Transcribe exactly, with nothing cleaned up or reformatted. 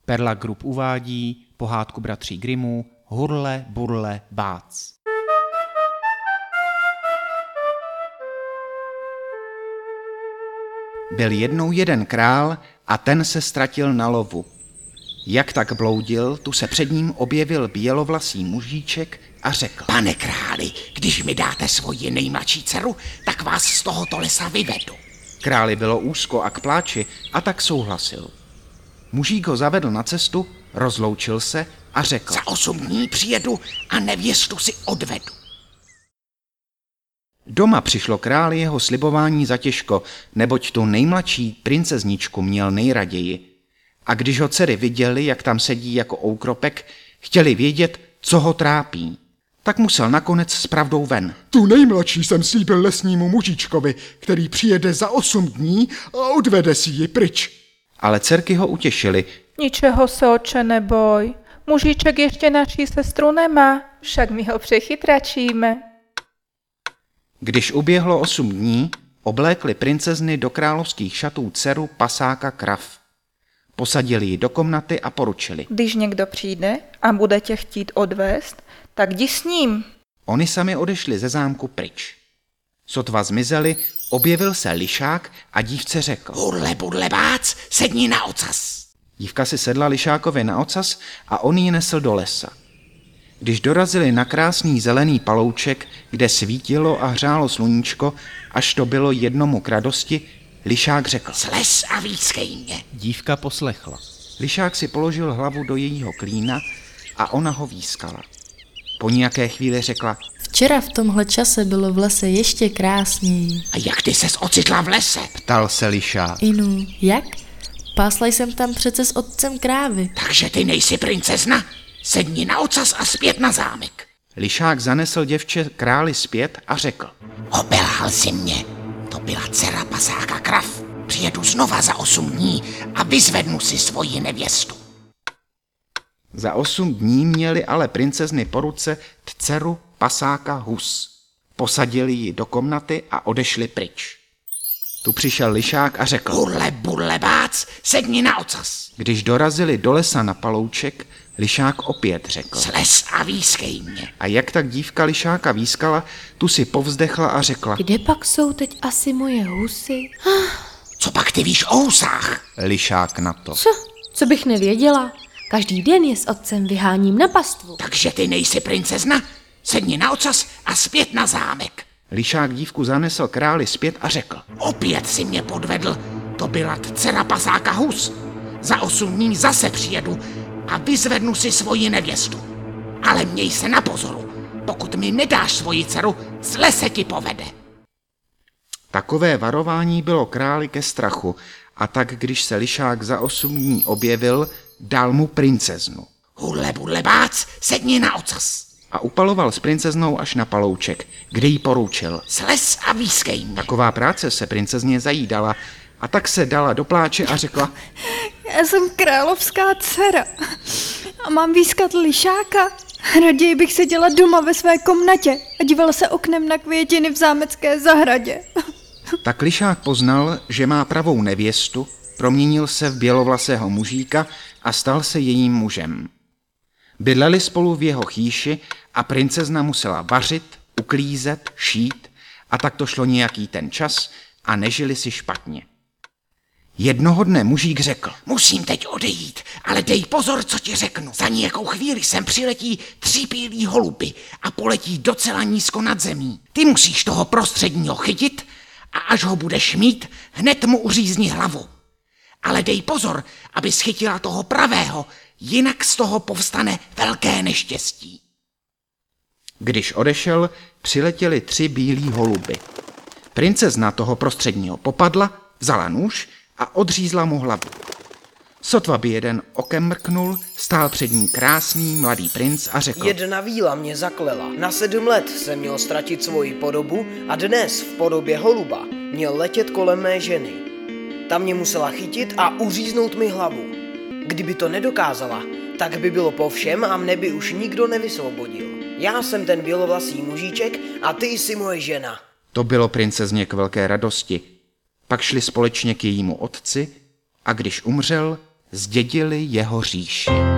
Perla Group uvádí pohádku bratří Grimmů Hurle, burle, bác. Byl jednou jeden král a ten se ztratil na lovu. Jak tak bloudil, tu se před ním objevil bělovlasý mužíček a řekl: Pane králi, když mi dáte svoji nejmladší dceru, tak vás z tohoto lesa vyvedu. Králi bylo úzko a k pláči a tak souhlasil. Mužík ho zavedl na cestu, rozloučil se a řekl: Za osm dní přijedu a nevěstu si odvedu. Doma přišlo králi jeho slibování zatěžko, neboť tu nejmladší princezničku měl nejraději. A když ho dcery viděli, jak tam sedí jako oukropek, chtěli vědět, co ho trápí. Tak musel nakonec s pravdou ven. Tu nejmladší jsem slíbil lesnímu mužičkovi, který přijede za osm dní a odvede si ji pryč. Ale dcerky ho utěšily. Ničeho se, oče, neboj. Mužiček ještě naší sestru nemá, však my ho přechytračíme. Když uběhlo osm dní, oblékli princezny do královských šatů dceru pasáka krav. Posadili ji do komnaty a poručili: Když někdo přijde a bude tě chtít odvést, tak jdi s ním. Oni sami odešli ze zámku pryč. Sotva zmizeli, objevil se lišák a dívce řekl: Hurle, burle, bác, sedni na ocas. Dívka si sedla lišákovi na ocas a on ji nesl do lesa. Když dorazili na krásný zelený palouček, kde svítilo a hřálo sluníčko, až to bylo jednomu k radosti, lišák řekl: Slez a výskej mě. Dívka poslechla. Lišák si položil hlavu do jejího klína a ona ho výskala. Po nějaké chvíli řekla: Včera v tomhle čase bylo v lese ještě krásněji. A jak ty ses ocitla v lese? Ptal se lišák. Inu, jak? Pásla jsem tam přece s otcem krávy. Takže ty nejsi princezna? Sedni na ocas a zpět na zámek. Lišák zanesl děvče králi zpět a řekl: Obelhal si mě. To byla dcera pasáka krav. Přijedu znova za osm dní a vyzvednu si svoji nevěstu. Za osm dní měli ale princezny po ruce dceru pasáka hus. Posadili ji do komnaty a odešli pryč. Tu přišel lišák a řekl: Hurle, burle, bác, sedni na ocas. Když dorazili do lesa na palouček, lišák opět řekl: Slez a výskej mě. A jak tak dívka lišáka výskala, tu si povzdechla a řekla: Kde pak jsou teď asi moje husy? Co pak ty víš o husách? Lišák na to: Co? Co bych nevěděla? Každý den je s otcem vyháním na pastvu. Takže ty nejsi princezna? Sedni na ocas a zpět na zámek. Lišák dívku zanesl králi zpět a řekl: Opět si mě podvedl. To byla dcera pasáka hus. Za osm dní zase přijedu a vyzvednu si svoji nevěstu. Ale měj se na pozoru. Pokud mi nedáš svoji dceru, z lese ti povede. Takové varování bylo králi ke strachu, a tak když se lišák za osm dní objevil, dal mu princeznu. Hurle, burle, bác, sedni na ocas. A upaloval s princeznou až na palouček, kde jí poručil: Slez a výskej mě. Taková práce se princezně zajídala, a tak se dala do pláče a řekla: Já jsem královská dcera a mám výskat lišáka. Raději bych seděla doma ve své komnatě a dívala se oknem na květiny v zámecké zahradě. Tak lišák poznal, že má pravou nevěstu, proměnil se v bělovlasého mužíka a stal se jejím mužem. Bydleli spolu v jeho chýši a princezna musela vařit, uklízet, šít, a tak to šlo nějaký ten čas a nežili si špatně. Jednoho dne mužík řekl: Musím teď odejít, ale dej pozor, co ti řeknu. Za nějakou chvíli sem přiletí tři bílí holuby a poletí docela nízko nad zemí. Ty musíš toho prostředního chytit a až ho budeš mít, hned mu uřízni hlavu. Ale dej pozor, aby schytila toho pravého, jinak z toho povstane velké neštěstí. Když odešel, přiletěli tři bílí holuby. Princezna toho prostředního popadla, vzala nůž a odřízla mu hlavu. Sotva by jeden okem mrknul, stál před ní krásný mladý princ a řekl: Jedna víla mě zaklela. Na sedm let jsem měl ztratit svoji podobu a dnes v podobě holuba měl letět kolem mé ženy. Ta mě musela chytit a uříznout mi hlavu. Kdyby to nedokázala, tak by bylo po všem a mne by už nikdo nevysvobodil. Já jsem ten bělovlasý mužíček a ty jsi moje žena. To bylo princezně k velké radosti. Pak šli společně k jejímu otci a když umřel, zdědili jeho říši.